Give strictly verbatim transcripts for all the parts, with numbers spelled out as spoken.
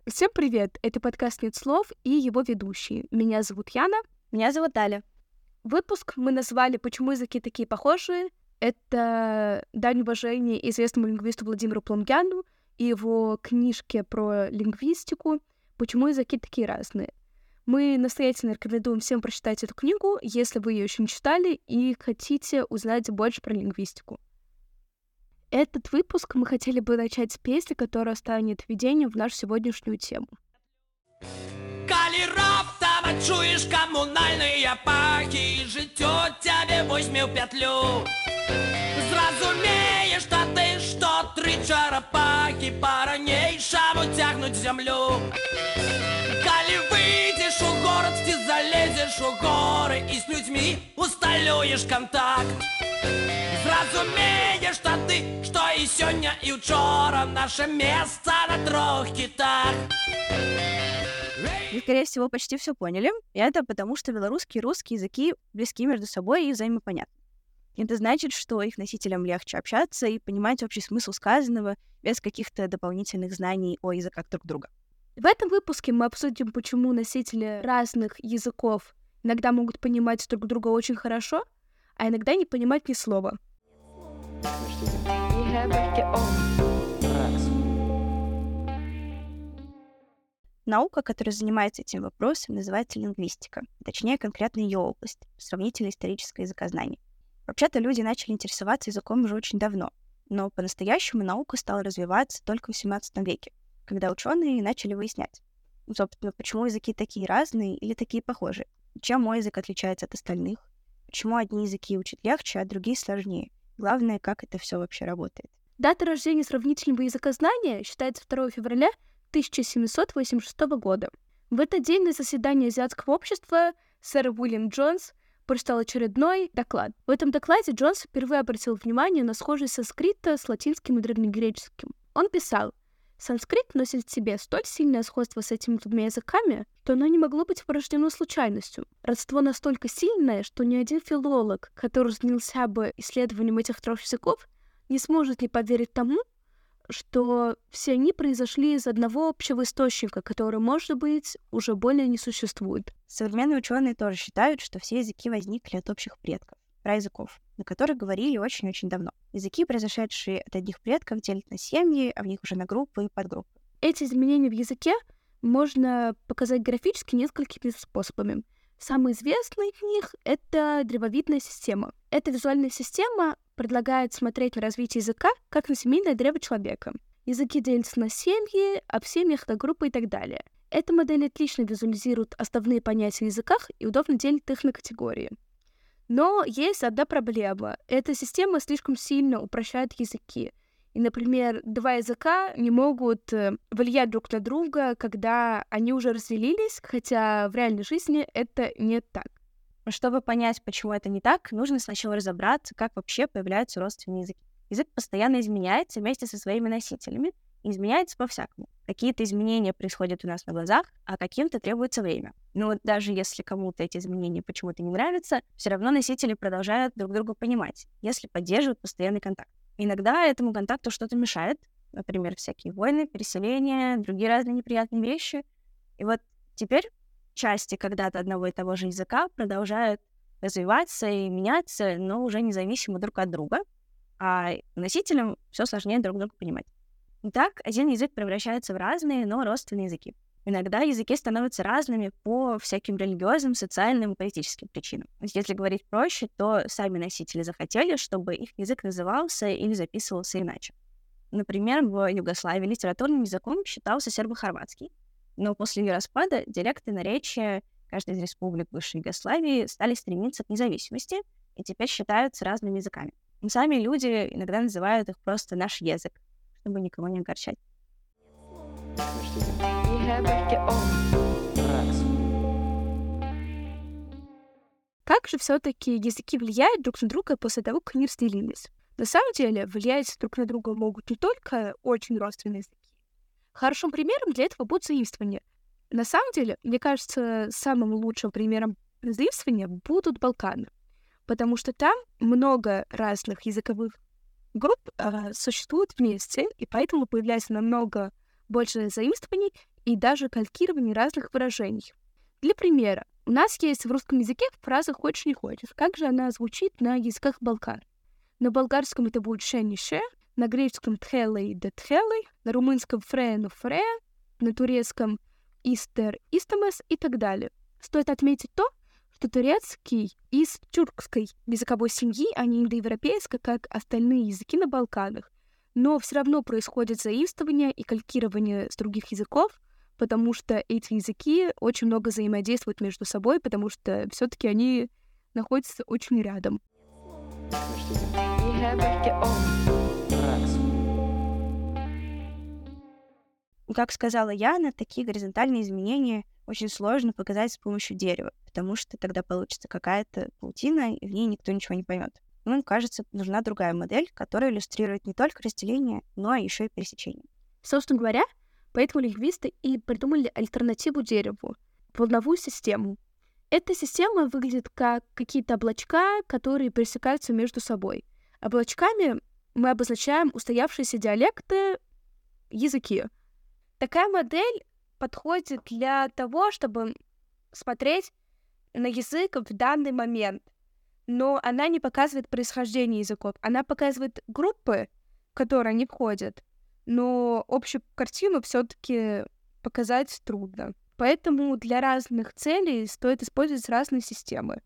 Всем привет! Это подкаст «Нет слов» и его ведущие. Меня зовут Яна. Меня зовут Аля. Выпуск мы назвали «Почему языки такие похожие?». Это дань уважения известному лингвисту Владимиру Плонгяну и его книжке про лингвистику «Почему языки такие разные?». Мы настоятельно рекомендуем всем прочитать эту книгу, если вы ее еще не читали и хотите узнать больше про лингвистику. Этот выпуск мы хотели бы начать с песни, которая станет введением в нашу сегодняшнюю тему. Калі раптам адчуеш камунальныя пахі, жыццё цябе возьме ў пятлю. Зразумееш тады, што тры чарапахі па-ранейшаму цягнуць зямлю. Калі выйдзеш у горад, ці залезеш у горы і з людзьмі усталюеш кантакт. Зразумееш тады, што і сёння, і ўчора наше месца на трох кітах. Вы, скорее всего, почти все поняли. И это потому, что белорусский и русский языки близки между собой и взаимопонятны. Это значит, что их носителям легче общаться и понимать общий смысл сказанного без каких-то дополнительных знаний о языках друг друга. В этом выпуске мы обсудим, почему носители разных языков иногда могут понимать друг друга очень хорошо, а иногда не понимать ни слова. Наука, которая занимается этим вопросом, называется лингвистика, точнее, конкретно ее область, сравнительно-историческое языкознание. Вообще-то люди начали интересоваться языком уже очень давно, но по-настоящему наука стала развиваться только в восемнадцатом веке, когда ученые начали выяснять, ну, собственно, почему языки такие разные или такие похожие, чем мой язык отличается от остальных, почему одни языки учат легче, а другие сложнее. Главное, как это все вообще работает. Дата рождения сравнительного языкознания считается второго февраля тысяча семьсот восемьдесят шестого года. В этот день на заседании Азиатского общества сэр Уильям Джонс прочитал очередной доклад. В этом докладе Джонс впервые обратил внимание на схожесть санскрита с латинским и древнегреческим. Он писал: «Санскрит носит в себе столь сильное сходство с этими двумя языками, что оно не могло быть порождено случайностью. Родство настолько сильное, что ни один филолог, который занялся бы исследованием этих трех языков, не сможет не поверить тому, что все они произошли из одного общего источника, который, может быть, уже более не существует». Современные ученые тоже считают, что все языки возникли от общих предков, праязыков, на которых говорили очень-очень давно. Языки, произошедшие от одних предков, делят на семьи, а в них уже на группы и подгруппы. Эти изменения в языке можно показать графически несколькими способами. Самый известный из них — это древовидная система. Эта визуальная система предлагает смотреть на развитие языка как на семейное древо человека. Языки делятся на семьи, а в семьях на группы и так далее. Эта модель отлично визуализирует основные понятия в языках и удобно делит их на категории. Но есть одна проблема. Эта система слишком сильно упрощает языки. И, например, два языка не могут влиять друг на друга, когда они уже разделились, хотя в реальной жизни это не так. Чтобы понять, почему это не так, нужно сначала разобраться, как вообще появляются родственные языки. Язык постоянно изменяется вместе со своими носителями, и изменяется по-всякому. Какие-то изменения происходят у нас на глазах, а каким-то требуется время. Но вот даже если кому-то эти изменения почему-то не нравятся, все равно носители продолжают друг друга понимать, если поддерживают постоянный контакт. Иногда этому контакту что-то мешает, например, всякие войны, переселения, другие разные неприятные вещи. И вот теперь части когда-то одного и того же языка продолжают развиваться и меняться, но уже независимо друг от друга, а носителям все сложнее друг друга понимать. Итак, один язык превращается в разные, но родственные языки. Иногда языки становятся разными по всяким религиозным, социальным и политическим причинам. Если говорить проще, то сами носители захотели, чтобы их язык назывался или записывался иначе. Например, в Югославии литературным языком считался сербо-хорватский, но после ее распада диалекты наречия каждой из республик бывшей Югославии стали стремиться к независимости и теперь считаются разными языками. И сами люди иногда называют их просто «наш язык», чтобы никого не огорчать. Как же все-таки языки влияют друг на друга после того, как они разделились? На самом деле, влиять друг на друга могут не только очень родственные языки. Хорошим примером для этого будут заимствования. На самом деле, мне кажется, самым лучшим примером заимствования будут Балканы, потому что там много разных языковых групп э, существуют вместе, и поэтому появляется намного больше заимствований и даже калькирование разных выражений. Для примера, у нас есть в русском языке фраза «хочешь не хочешь». Как же она звучит на языках Балкан? На болгарском это будет «ше не ше», на греческом «тхелей де тхелей», на румынском «фре ну фре», на турецком «истер истамес» и так далее. Стоит отметить то, что турецкий из тюркской языковой семьи, а не индоевропейской, как остальные языки на Балканах. Но все равно происходит заимствование и калькирование с других языков, потому что эти языки очень много взаимодействуют между собой, потому что все-таки они находятся очень рядом. Как сказала Яна, такие горизонтальные изменения очень сложно показать с помощью дерева, потому что тогда получится какая-то паутина, и в ней никто ничего не поймет. Нам кажется, нужна другая модель, которая иллюстрирует не только разделение, но еще и пересечение. Собственно говоря, поэтому лингвисты и придумали альтернативу дереву — волновую систему. Эта система выглядит как какие-то облачка, которые пересекаются между собой. Облачками мы обозначаем устоявшиеся диалекты, языки. Такая модель подходит для того, чтобы смотреть на язык в данный момент. Но она не показывает происхождение языков. Она показывает группы, в которые они входят. Но общую картину все-таки показать трудно. Поэтому для разных целей стоит использовать разные системы.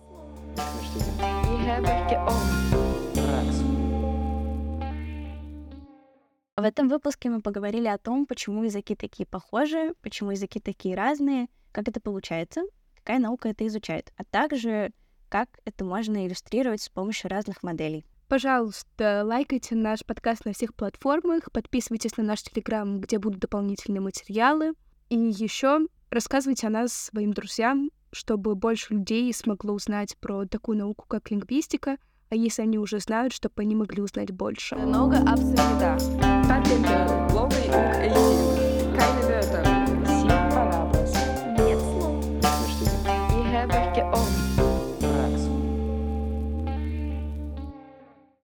В этом выпуске мы поговорили о том, почему языки такие похожи, почему языки такие разные, как это получается, какая наука это изучает, а также как это можно иллюстрировать с помощью разных моделей. Пожалуйста, лайкайте наш подкаст на всех платформах, подписывайтесь на наш Телеграм, где будут дополнительные материалы, и еще рассказывайте о нас своим друзьям, чтобы больше людей смогло узнать про такую науку, как лингвистика, а если они уже знают, чтобы они могли узнать больше. Много абсолютно.